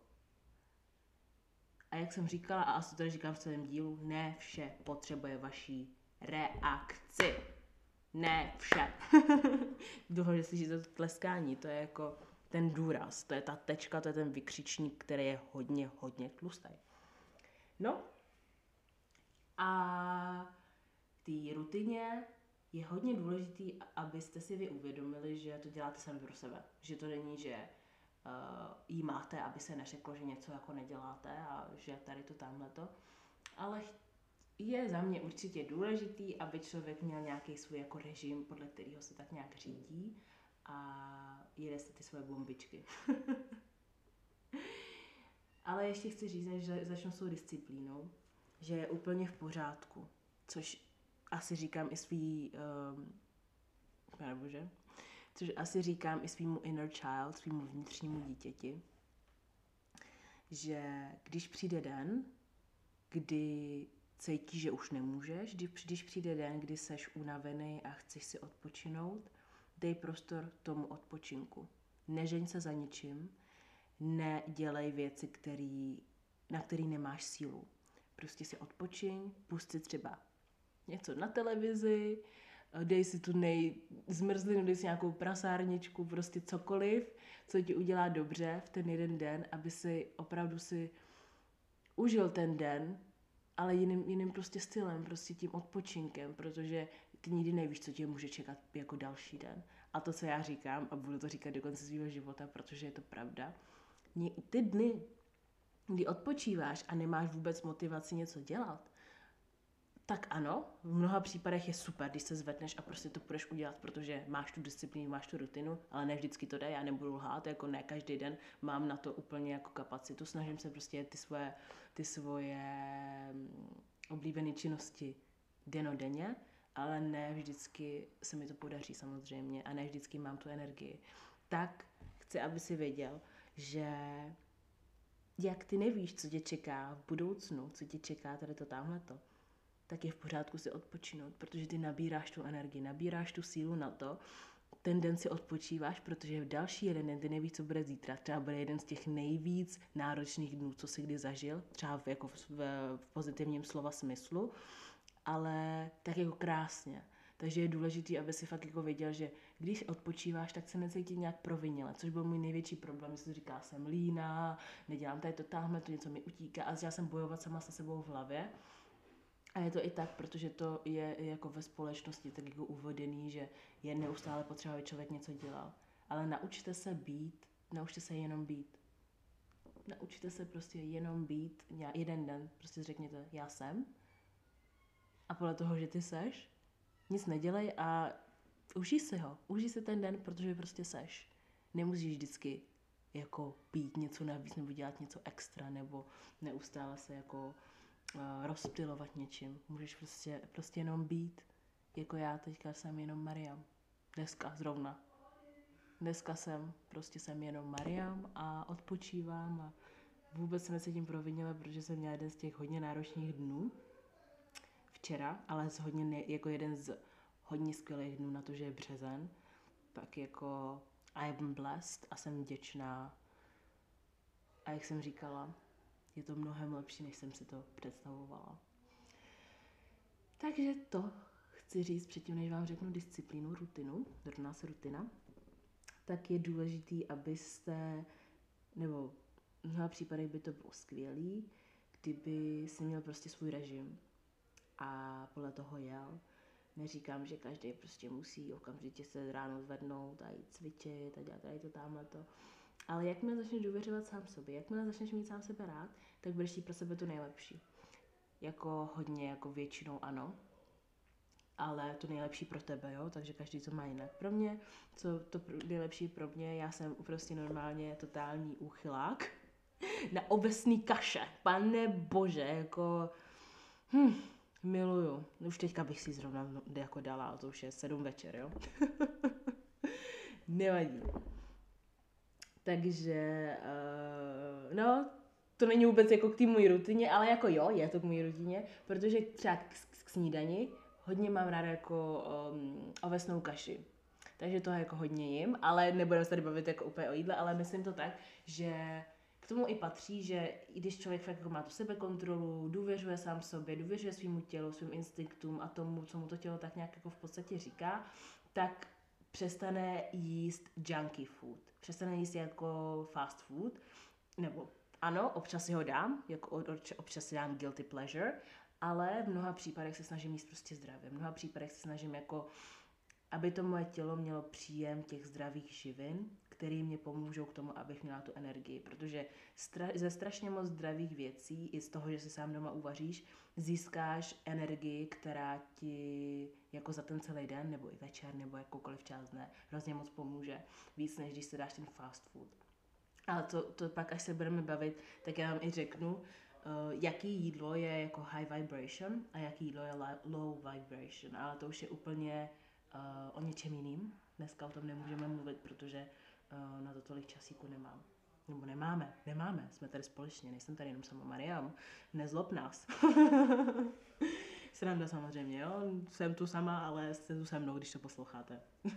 A jak jsem říkala, a asi to říkám v celém dílu, ne vše potřebuje vaší reakci. Ne vše. Doufám, že slyšíte to tleskání, to je jako ten důraz, to je ta tečka, to je ten vykřičník, který je hodně, hodně tlustý. No a v té rutině je hodně důležitý, abyste si vy uvědomili, že to děláte sami pro sebe. Že to není, že uh, jí máte, aby se neřeklo, že něco jako neděláte a že tady to tamhleto. Ale je za mě určitě důležitý, aby člověk měl nějaký svůj jako režim, podle kterého se tak nějak řídí a jede si ty svoje bombičky. Ale ještě chci říct, že začnu s tou disciplínou, že je úplně v pořádku, což asi říkám i svý, um, bože, což asi říkám i svýmu inner child, svýmu vnitřnímu dítěti, že když přijde den, kdy cítíš, že už nemůžeš, když přijde den, kdy seš unavený a chceš si odpočinout, dej prostor tomu odpočinku. Nežeň se za ničím, nedělej věci, který, na který nemáš sílu. Prostě si odpočiň, pust si třeba něco na televizi, dej si tu nejzmrzlinu, dej si nějakou prasárničku, prostě cokoliv, co ti udělá dobře v ten jeden den, aby si opravdu si užil ten den, ale jiným, jiným prostě stylem, prostě tím odpočinkem, protože ty nikdy nevíš, co tě může čekat jako další den. A to, co já říkám, a budu to říkat do konce svého života, protože je to pravda, ty dny, kdy odpočíváš a nemáš vůbec motivaci něco dělat, tak ano, v mnoha případech je super, když se zvedneš a prostě to půjdeš udělat, protože máš tu disciplínu, máš tu rutinu, ale ne vždycky to jde, já nebudu lhát, jako ne každý den mám na to úplně jako kapacitu, snažím se prostě ty svoje, ty svoje oblíbené činnosti denodenně, ale ne vždycky se mi to podaří samozřejmě a ne vždycky mám tu energii. Tak chci, aby si věděl, že jak ty nevíš, co tě čeká v budoucnu, co tě čeká tady to tamhleto, tak je v pořádku si odpočinout, protože ty nabíráš tu energii, nabíráš tu sílu na to, ten den si odpočíváš, protože v další jeden den ty nevíš, co bude zítra. Třeba bude jeden z těch nejvíc náročných dnů, co jsi kdy zažil, třeba v, jako v, v pozitivním slova smyslu, ale tak jako krásně. Takže je důležité, aby si fakt jako věděl, že když odpočíváš, tak se necítit nějak provinile, což byl můj největší problém, že si říká, jsem líná, nedělám tady to, táhme to, něco mi utíká a začala jsem bojovat sama se sebou v hlavě. A je to i tak, protože to je jako ve společnosti tak jako uvedený, že je neustále potřeba, aby člověk něco dělal. Ale naučte se být, naučte se jenom být. Naučte se prostě jenom být jeden den, prostě řekněte, já jsem. A podle toho, že ty seš, nic nedělej a užij si ho. Užij si ten den, protože prostě seš. Nemusíš vždycky jako být něco navíc nebo dělat něco extra nebo neustále se jako uh, rozptylovat něčím. Můžeš prostě, prostě jenom být. Jako já teďka jsem jenom Mariam. Dneska zrovna. Dneska jsem, prostě jsem jenom Mariam a odpočívám a vůbec se necítím provinile, protože jsem měla jeden z těch hodně náročných dnů včera, ale z hodně ne, jako jeden z hodně skvělých dnů na to, že je březen. Tak jako I'm blessed a jsem vděčná. A jak jsem říkala, je to mnohem lepší, než jsem si to představovala. Takže to chci říct předtím, než vám řeknu disciplínu, rutinu, rovná se rutina, tak je důležitý, abyste, nebo v mnoha případech by to bylo skvělý, kdyby si měl prostě svůj režim a podle toho jel. Neříkám, že každý prostě musí okamžitě se ráno zvednout a jít cvičit a dělat tady to, tamhleto. Ale jakmile začneš důvěřovat sám sobě, jakmile začneš mít sám sebe rád, tak budeš chtít pro sebe to nejlepší. Jako hodně, jako většinou ano, ale to nejlepší pro tebe, jo, takže každý to má jinak. Pro mě, co to nejlepší pro mě, já jsem prostě normálně totální úchylák na ovesný kaše, pane bože, jako, hm, miluju. Už teďka bych si zrovna jako dala, ale to už je sedm večer, jo. Nevadí. Takže, uh, no, to není vůbec jako k té mojí rutině, ale jako jo, je to k mojí rutině, protože třeba k, k, k snídani hodně mám ráda jako um, ovesnou kaši. Takže to jako hodně jim, ale nebudeme se tady bavit jako úplně o jídle, ale myslím to tak, že k tomu i patří, že i když člověk fakt jako má tu sebekontrolu, důvěřuje sám sobě, důvěřuje svýmu tělu, svým instinktům a tomu, co mu to tělo tak nějak jako v podstatě říká, tak přestane jíst junky food. Přestane jíst jako fast food, nebo ano, občas si ho dám, jako občas si dám guilty pleasure, ale v mnoha případech se snažím jíst prostě zdravě. V mnoha případech se snažím jako, aby to moje tělo mělo příjem těch zdravých živin, které mě pomůžou k tomu, abych měla tu energii. Protože stra- ze strašně moc zdravých věcí, i z toho, že si sám doma uvaříš, získáš energii, která ti jako za ten celý den, nebo i večer, nebo jakoukoliv část dne, hrozně moc pomůže. Víc, než když si dáš ten fast food. Ale to, to pak, až se budeme bavit, tak já vám i řeknu, uh, jaký jídlo je jako high vibration a jaký jídlo je low vibration. Ale to už je úplně uh, o něčem jiným. Dneska o tom nemůžeme mluvit, protože uh, na to tolik časíku nemám. Nebo nemáme, nemáme, jsme tady společně, nejsem tady jenom sama Mariam, nezlob nás. Sranda samozřejmě, jo, jsem tu sama, ale jste tu se mnou, když to posloucháte.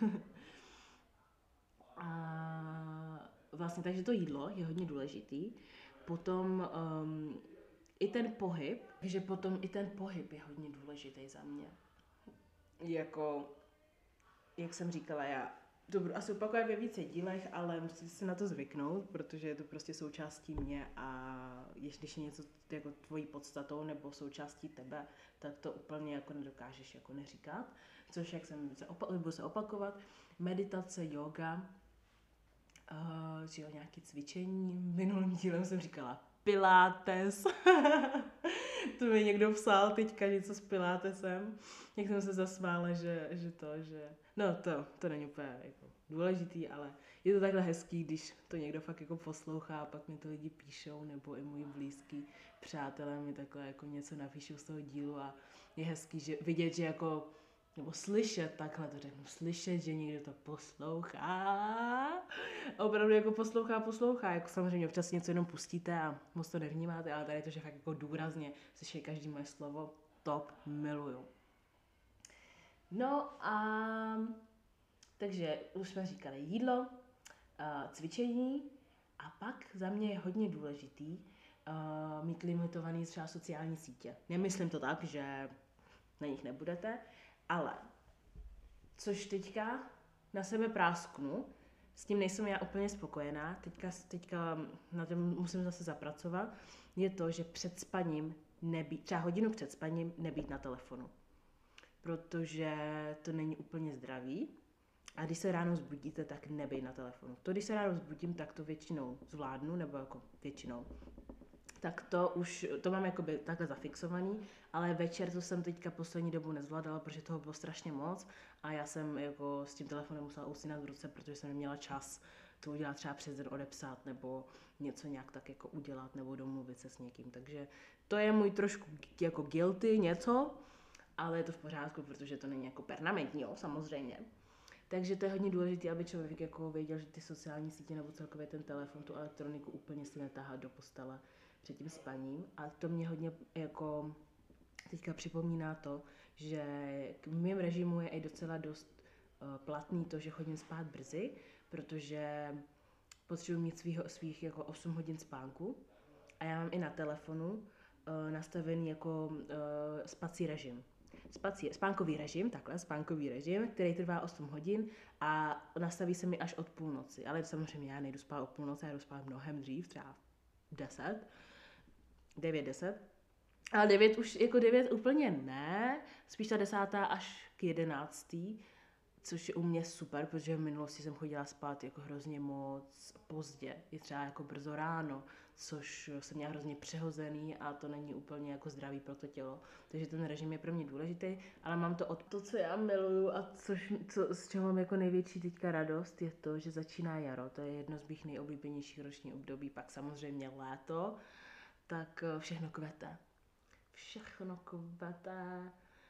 A vlastně, takže to jídlo je hodně důležitý. Potom um, i ten pohyb, že potom i ten pohyb je hodně důležitý za mě. Jako, jak jsem říkala, já to budu asi opakovat ve více dílech, ale musím si na to zvyknout, protože je to prostě součástí mě a když je něco jako tvojí podstatou nebo součástí tebe, tak to úplně jako nedokážeš jako neříkat. Což, jak jsem se, opa- budu se opakovat, meditace, yoga, Uh, že jo, nějaké cvičení. Minulým dílem jsem říkala pilates. To mi někdo psal teďka něco s pilatesem. Jak jsem se zasmála, že, že to, že... No to, to není úplně jako důležitý, ale je to takhle hezký, když to někdo fakt jako poslouchá a pak mi to lidi píšou, nebo i moji blízký přátelé mi takhle jako něco napíšou z toho dílu a je hezký, že vidět, že jako nebo slyšet, takhle to řeknu, slyšet, že někdo to poslouchá. Opravdu jako poslouchá, poslouchá, jako samozřejmě občas něco jenom pustíte a moc to nevnímáte, ale tady to, že fakt jako důrazně slyšet každý moje slovo, top, miluju. No a takže už jsme říkali jídlo, cvičení a pak za mě je hodně důležitý mít limitovaný třeba sociální sítě. Nemyslím to tak, že na nich nebudete, ale, což teďka na sebe prásknu, s tím nejsem já úplně spokojená, teďka, teďka na tom musím zase zapracovat, je to, že před spaním nebýt, třeba hodinu před spaním nebýt na telefonu. Protože to není úplně zdravý. A když se ráno zbudíte, tak nebej na telefonu. To, když se ráno zbudím, tak to většinou zvládnu, nebo jako většinou. Tak to už, to mám jakoby takhle zafixovaný, ale večer to jsem teďka poslední dobu nezvládala, protože toho bylo strašně moc a já jsem jako s tím telefonem musela usínat v ruce, protože jsem neměla čas to udělat třeba přes den odepsat nebo něco nějak tak jako udělat nebo domluvit se s někým. Takže to je můj trošku jako guilty něco, ale je to v pořádku, protože to není jako permanentní, jo, samozřejmě. Takže to je hodně důležité, aby člověk jako věděl, že ty sociální sítě nebo celkově ten telefon, tu elektroniku úplně si netahá do postele před tím spaním. A to mě hodně jako teďka připomíná to, že k mým režimu je i docela dost uh, platný to, že chodím spát brzy, protože potřebuji mít svých, svých jako osm hodin spánku a já mám i na telefonu uh, nastavený jako uh, spací režim. Spací, spánkový režim, takhle, spánkový režim, který trvá osm hodin a nastaví se mi až od půlnoci. Ale samozřejmě já nejdu spát o půlnoci, já jdu spát mnohem dřív, třeba deset, devět, deset. Ale devět už, jako devět úplně ne, spíš ta desátá až k jedenáctý, což je u mě super, protože v minulosti jsem chodila spát jako hrozně moc pozdě, je třeba jako brzo ráno, což jsem měla hrozně přehozený a to není úplně jako zdravý pro to tělo. Takže ten režim je pro mě důležitý, ale mám to od to, co já miluju a což, co, z čeho mám jako největší teďka radost, je to, že začíná jaro. To je jedno z mých nejoblíbenějších ročních období, pak samozřejmě léto, tak všechno kvete. Všechno kvete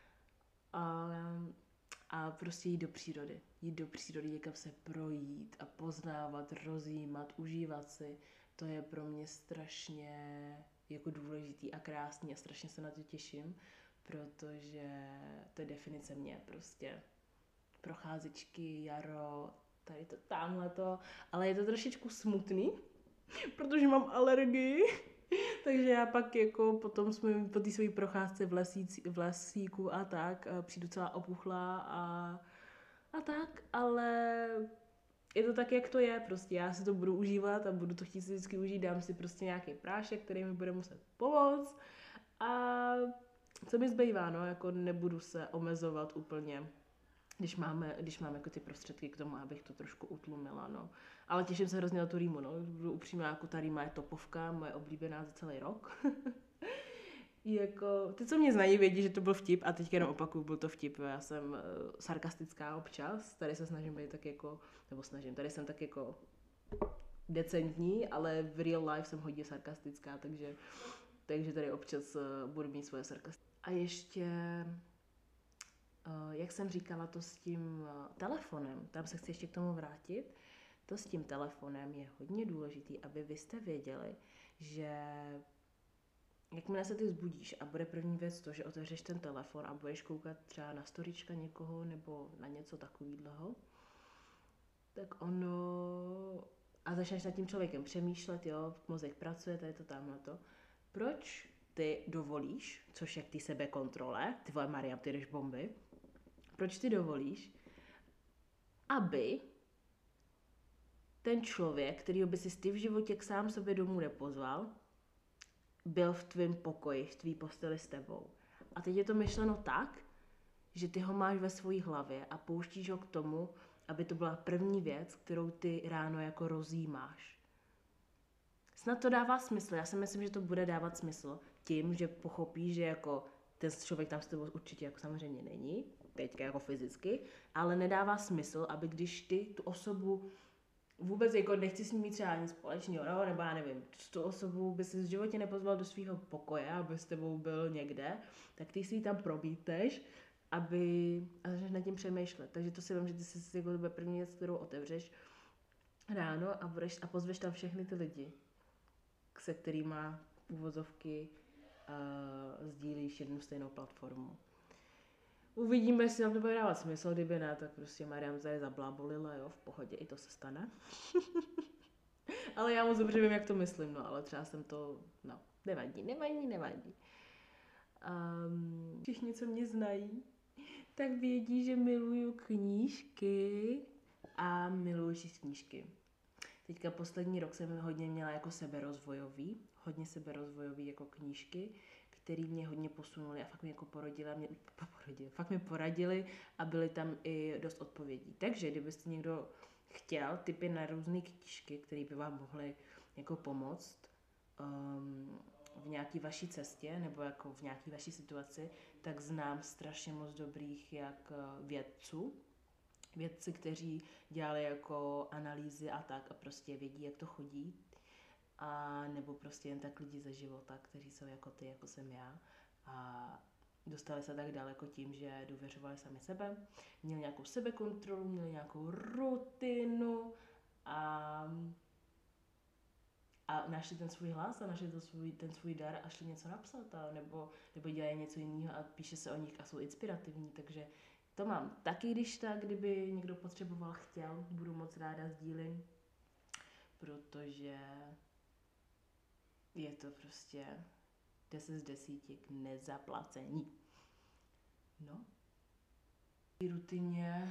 a, a prostě jít do přírody. Jít do přírody, někam se projít a poznávat, rozjímat, užívat si. To je pro mě strašně jako důležitý a krásný a strašně se na to těším, protože to je definice mě prostě. Procházečky, jaro, tady to, tamhle to, ale je to trošičku smutný, protože mám alergii, takže já pak jako potom jsme po té své procházce v, lesíci, v lesíku a tak přijdu celá opuchlá a, a tak, ale je to tak, jak to je, prostě já si to budu užívat a budu to chtít si vždycky užít, dám si prostě nějaký prášek, který mi bude muset pomoct a co mi zbývá, no, jako nebudu se omezovat úplně, když máme, když mám jako ty prostředky k tomu, abych to trošku utlumila, no. Ale těším se hrozně na tu rýmu, no, budu upřímná, jako ta rýma je topovka, moje oblíbená za celý rok. Jako, ty, co mě znají, vědí, že to byl vtip a teďka jenom opakuju, byl to vtip, já jsem uh, sarkastická občas, tady se snažím být tak jako, nebo snažím, tady jsem tak jako decentní, ale v real life jsem hodně sarkastická, takže, takže tady občas uh, budu mít svoje sarkastické. A ještě, uh, jak jsem říkala, to s tím uh, telefonem, tam se chci ještě k tomu vrátit, to s tím telefonem je hodně důležitý, aby vy jste věděli, že jakmile se ty zbudíš a bude první věc to, že otevřeš ten telefon a budeš koukat třeba na storička někoho nebo na něco takového, tak ono... A začneš nad tím člověkem přemýšlet, jo, mozek pracuje, tady to, tamhle to. Proč ty dovolíš, což je k té sebekontrole, ty vole Mariam, ty jdeš bomby, proč ty dovolíš, aby ten člověk, kterýho by si ty v životě k sám sobě domů nepozval, byl v tvém pokoji, v tvý posteli s tebou. A teď je to myšleno tak, že ty ho máš ve své hlavě a pouštíš ho k tomu, aby to byla první věc, kterou ty ráno jako rozjímáš. Snad to dává smysl. Já si myslím, že to bude dávat smysl tím, že pochopíš, že jako ten člověk tam s tebou určitě jako samozřejmě není, teďka jako fyzicky, ale nedává smysl, aby když ty tu osobu vůbec jako nechci s ním mít třeba nic společného, no, nebo já nevím, tu osobu by si v životě nepozval do svého pokoje, aby s tebou byl někde, tak ty si ji tam probíteš, aby a začneš nad tím přemýšlet. Takže to si vím, že ty si jako bude první věc, kterou otevřeš ráno a, budeš, a pozveš tam všechny ty lidi, se kterýma uvozovky uh, sdílíš jednu stejnou platformu. Uvidíme, jestli nám to bude dávat smysl, kdyby ne, tak prostě Mariam tady zablábolila, jo, v pohodě, i to se stane. Ale já moc dobře vím, jak to myslím, no, ale třeba jsem to, no, nevadí, nevadí, nevadí. Um, všichni, co mě znají, tak vědí, že miluju knížky a miluju číst knížky. Teďka poslední rok jsem hodně měla jako seberozvojový, hodně seberozvojový jako knížky, který mě hodně posunuli a fakt mě jako porodili, mě, porodili, fakt mě poradili a byly tam i dost odpovědí. Takže kdybyste někdo chtěl tipy na různé knížky, které by vám mohly jako pomoct um, v nějaké vaší cestě nebo jako v nějaké vaší situaci, tak znám strašně moc dobrých jak vědců, vědci, kteří dělali jako analýzy a tak a prostě vědí, jak to chodí. A nebo prostě jen tak lidi ze života, kteří jsou jako ty, jako jsem já a dostali se tak daleko tím, že důvěřovali sami sebe, měli nějakou sebekontrolu, měli nějakou rutinu a, a našli ten svůj hlas a našli ten svůj, ten svůj dar a šli něco napsat a nebo, nebo dělají něco jiného a píše se o nich a jsou inspirativní, takže to mám taky, když tak, kdyby někdo potřeboval, chtěl, budu moc ráda sdílím, protože je to prostě deset z desíti k nezaplacení. No. K té rutině,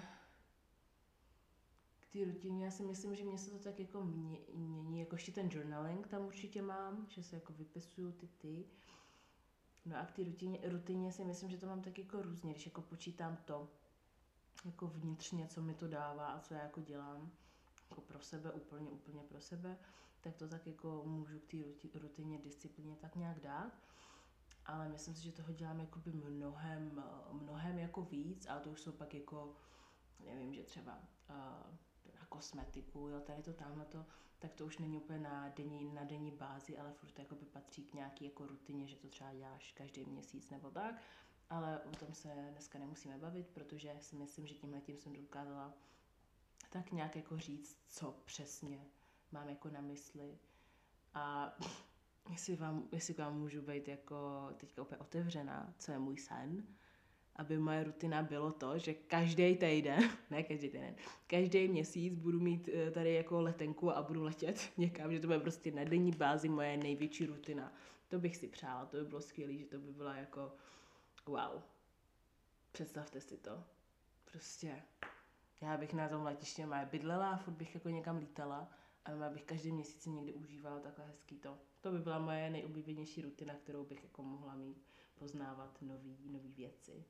k té rutině já si myslím, že mě se to tak jako mění, jako ještě ten journaling tam určitě mám, že se jako vypisuju ty ty. No a k té rutině, rutině si myslím, že to mám tak jako různě, když jako počítám to, jako vnitřně, co mi to dává a co já jako dělám, jako pro sebe, úplně, úplně pro sebe, tak to tak jako můžu k té rutině, disciplíně tak nějak dát. Ale myslím si, že toho dělám jakoby mnohem, mnohem jako víc, ale to už jsou pak jako, nevím, že třeba uh, na kosmetiku, jo, tady to, tamhle to, tak to už není úplně na denní, na denní bázi, ale furt to jakoby patří k nějaký jako rutině, že to třeba děláš každý měsíc nebo tak, ale o tom se dneska nemusíme bavit, protože si myslím, že tímhletím jsem dokázala tak nějak jako říct, co přesně mám jako na mysli a jestli vám, jestli vám můžu být jako teďka úplně otevřená, co je můj sen, aby moje rutina bylo to, že každý týden, ne každý týden, každý měsíc budu mít tady jako letenku a budu letět někam, že to bude prostě na denní bázi moje největší rutina. To bych si přála, to by bylo skvělé, že to by byla jako wow. Představte si to. Prostě Já bych na tom letiště má bydlela a furt bych jako někam lítala a já bych každý měsíc si někde užívala takhle hezký to. To by byla moje nejoblíbenější rutina, kterou bych jako mohla mít, poznávat nový, nový věci.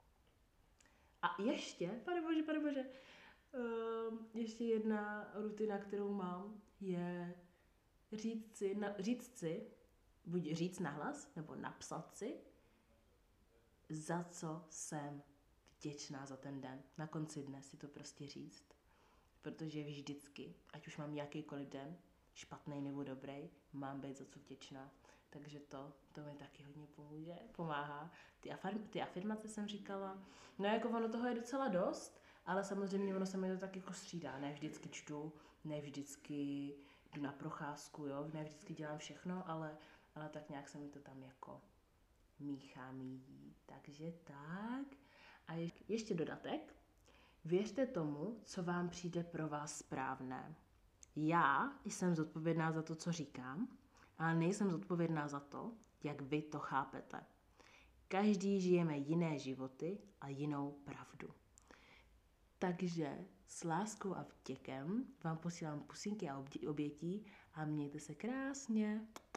A ještě, pane bože, pane bože, uh, ještě jedna rutina, kterou mám, je říct si, na, říct si, buď říct nahlas, nebo napsat si, za co jsem vděčná za ten den. Na konci dne si to prostě říct. Protože vždycky, ať už mám jakýkoliv den, špatný nebo dobrý, mám být za co vděčná. Takže to, to mi taky hodně pomůže, pomáhá. Ty, afirm, ty afirmace jsem říkala, no jako ono toho je docela dost, ale samozřejmě ono se mi to tak jako střídá. Ne vždycky čtu, ne vždycky jdu na procházku, jo, ne vždycky dělám všechno, ale, ale tak nějak se mi to tam jako míchá, míjí. Takže tak. A ještě dodatek. Věřte tomu, co vám přijde pro vás správné. Já jsem zodpovědná za to, co říkám, ale nejsem zodpovědná za to, jak vy to chápete. Každý žijeme jiné životy a jinou pravdu. Takže s láskou a vděkem vám posílám pusinky a obětí a mějte se krásně.